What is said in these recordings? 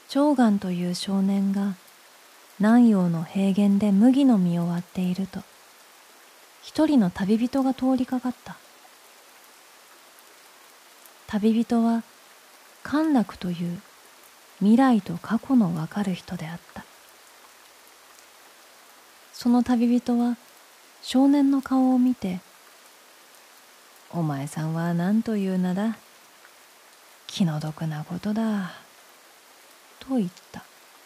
長雁という少年が南陽の平原で麦の実を割っていると、一人の旅人が通りかかった。旅人は陥落という未来と過去のわかる人であった。その旅人は少年の顔を見て、お前さんは何という名だ、気の毒なことだ、と言った。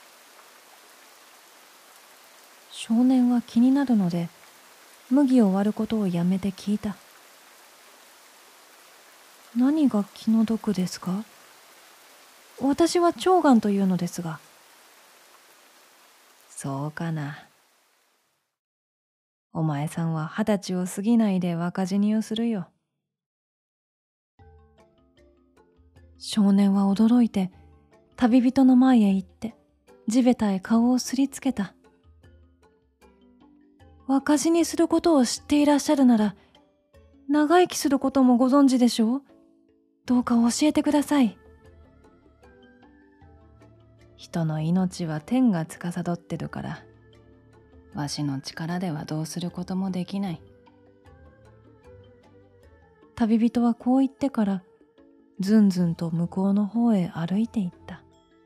少年は気になるので、麦を割ることをやめて聞いた。何が気の毒ですか？私は長雁というのですが。そうかな。お前さんは20歳を過ぎないで若死にをするよ。少年は驚いて旅人の前へ行って地べたへ顔をすりつけた。若死にすることを知っていらっしゃるなら、長生きすることもご存知でしょう？どうか教えてください。人の命は天が司ってるから、わしの力ではどうすることもできない。旅人はこう言ってからずんずんと向こうの方へ歩いていった。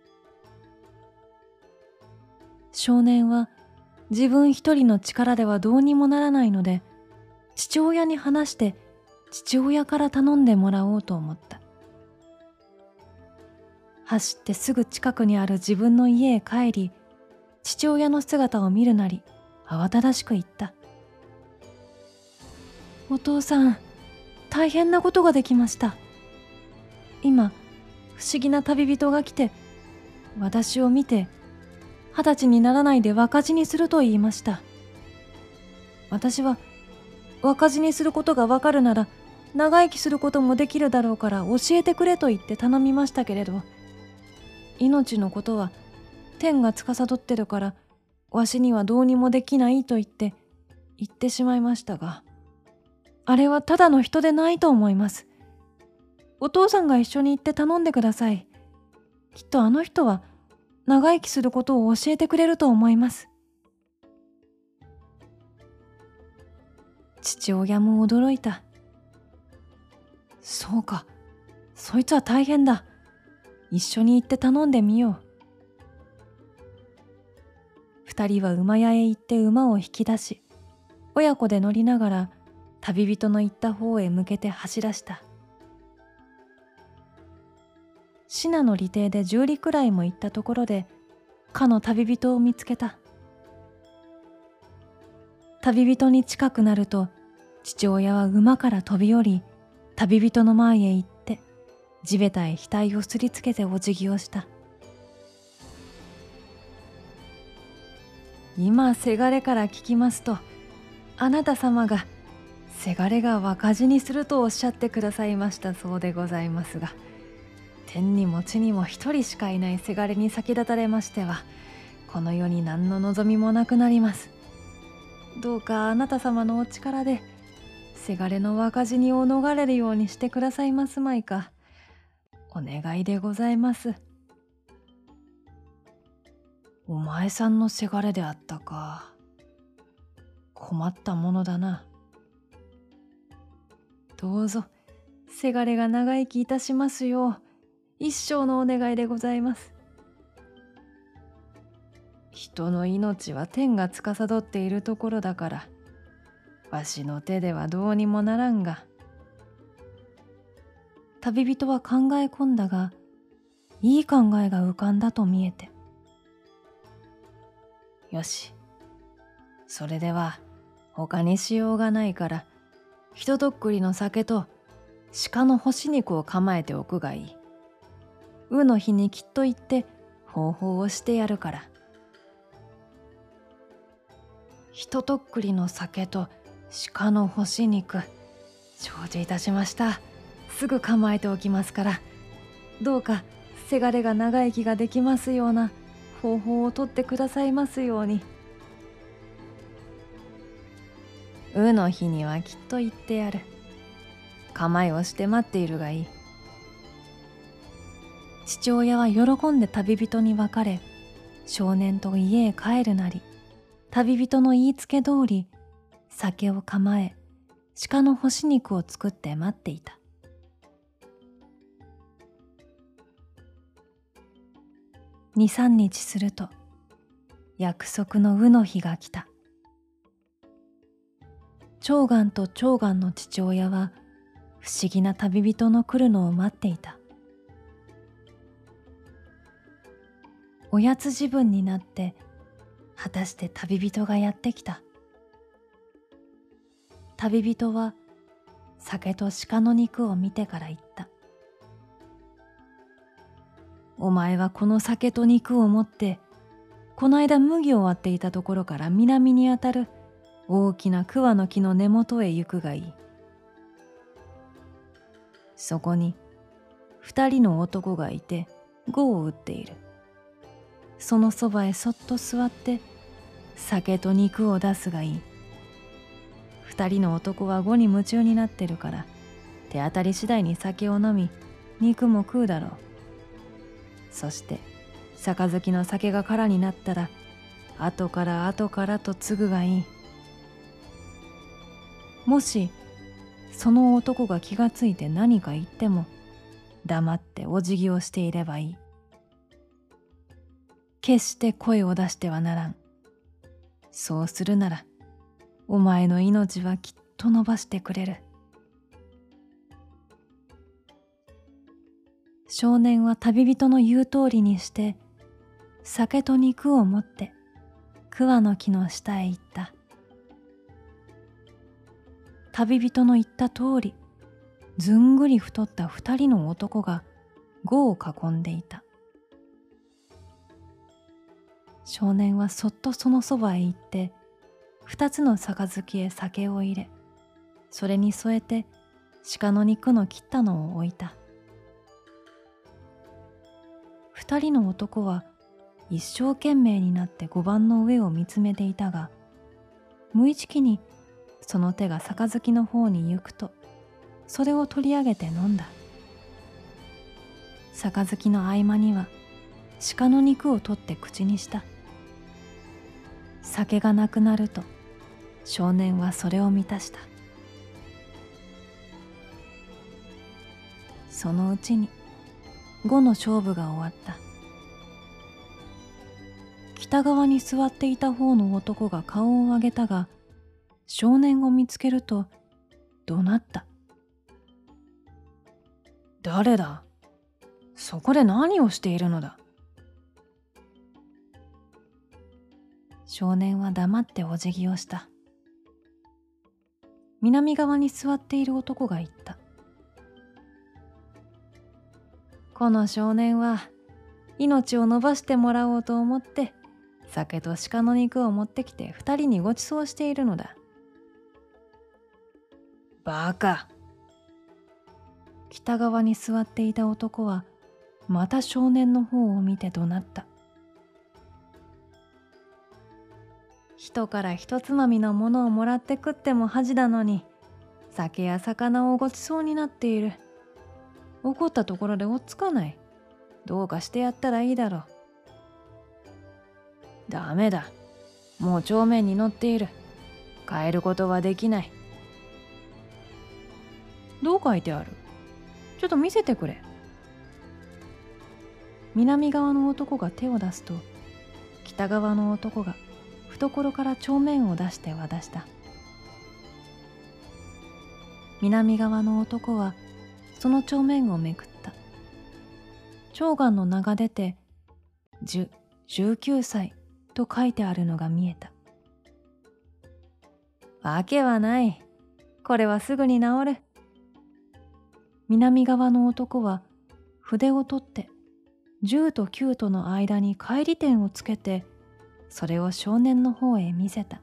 少年は自分一人の力ではどうにもならないので、父親に話して父親から頼んでもらおうと思った。走ってすぐ近くにある自分の家へ帰り、父親の姿を見るなり慌ただしく言った。お父さん、大変なことができました。今、不思議な旅人が来て、私を見て、20歳にならないで若死にすると言いました。私は、若死にすることがわかるなら、長生きすることもできるだろうから教えてくれと言って頼みましたけれど、命のことは天が司ってるから、わしにはどうにもできないと言ってしまいましたが、あれはただの人でないと思います。お父さんが一緒に行って頼んでください。きっとあの人は長生きすることを教えてくれると思います。父親も驚いた。そうか、そいつは大変だ。一緒に行って頼んでみよう。二人は馬屋へ行って馬を引き出し、親子で乗りながら旅人の行った方へ向けて走らした。信濃の里邸で10里くらいも行ったところで、かの旅人を見つけた。旅人に近くなると、父親は馬から飛び降り、旅人の前へ行って、地べたへ額をすりつけてお辞儀をした。今、せがれから聞きますと、あなた様が、せがれが若死にするとおっしゃってくださいましたそうでございますが、天にも地にも一人しかいないせがれに先立たれましては、この世に何の望みもなくなります。どうかあなた様のお力で、せがれの若死にを逃れるようにしてくださいますまいか。お願いでございます。お前さんのせがれであったか。困ったものだな。どうぞ、せがれが長生きいたしますよう、一生のお願いでございます。人の命は天が司っているところだから、わしの手ではどうにもならんが。旅人は考え込んだが、いい考えが浮かんだと見えて。よし、それでは他にしようがないから、ひととっくりの酒と鹿の干し肉を構えておくがいい。卯の日にきっと行って方法をしてやるから。ひととっくりの酒と鹿の干し肉、承知いたしました。すぐ構えておきますから、どうかせがれが長生きができますような方法をとってくださいますように。卯の日にはきっと行ってやる。構えをして待っているがいい。父父親は喜んで旅人に別れ、少年と家へ帰るなり、旅人の言いつけ通り、酒を構え、鹿の干し肉を作って待っていた。2、3日すると、約束の卯の日が来た。長雁と長雁の父親は、不思議な旅人の来るのを待っていた。おやつ時分になって、果たして旅人がやってきた。旅人は酒と鹿の肉を見てから言った。お前はこの酒と肉を持って、この間麦を割っていたところから南にあたる大きな桑の木の根元へ行くがいい。そこに2人の男がいて碁を打っている。そのそばへそっと座って酒と肉を出すがいい。2人の男は碁に夢中になってるから手当たり次第に酒を飲み肉も食うだろう。そして杯の酒が空になったら後から後からと継ぐがいい。もしその男が気がついて何か言っても黙ってお辞儀をしていればいい。決して声を出してはならん。そうするならお前の命はきっと伸ばしてくれる。少年は旅人の言う通りにして酒と肉を持って桑の木の下へ行った。旅人の言った通り、ずんぐり太った2人の男が碁を囲んでいた。少年はそっとそのそばへ行って2つの杯へ酒を入れ、それに添えて鹿の肉の切ったのを置いた。2人の男は一生懸命になって碁盤の上を見つめていたが、無意識にその手が杯の方に行くと、それを取り上げて飲んだ。杯の合間には鹿の肉を取って口にした。酒がなくなると少年はそれを満たした。そのうちに碁の勝負が終わった。北側に座っていた方の男が顔を上げたが、少年を見つけると怒鳴った。誰だ？そこで何をしているのだ？少年は黙ってお辞儀をした。南側に座っている男が言った。この少年は命を伸ばしてもらおうと思って酒と鹿の肉を持ってきて2人にご馳走しているのだ。バカ。北側に座っていた男はまた少年の方を見て怒鳴った。人から一つまみのものをもらって食っても恥なのに、酒や魚をごちそうになっている。怒ったところで追っつかない。どうかしてやったらいいだろう。ダメだ。もう帳面に載っている。変えることはできない。どう書いてある？ちょっと見せてくれ。南側の男が手を出すと、北側の男が懐から帳面を出して渡した。南側の男はその帳面をめくった。長雁の名が出て、19歳と書いてあるのが見えた。わけはない。これはすぐに治る。南側の男は筆を取って10と9との間に返り点をつけて、それを少年の方へ見せた。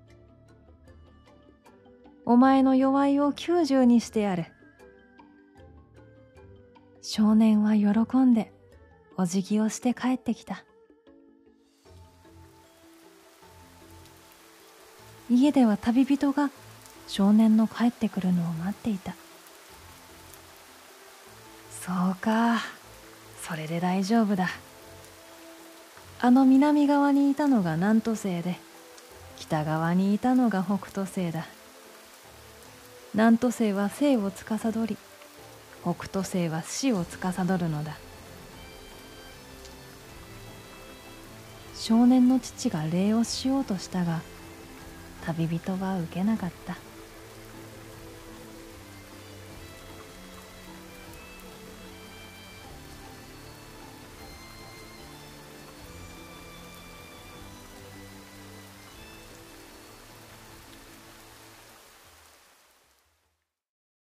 お前の弱いを90にしてやる。少年は喜んでお辞儀をして帰ってきた。家では旅人が少年の帰ってくるのを待っていた。そうか、 それで大丈夫だ。あの南側にいたのが南斗星で、北側にいたのが北斗星だ。南斗星は生を司り、北斗星は死を司るのだ。少年の父が礼をしようとしたが、旅人は受けなかった。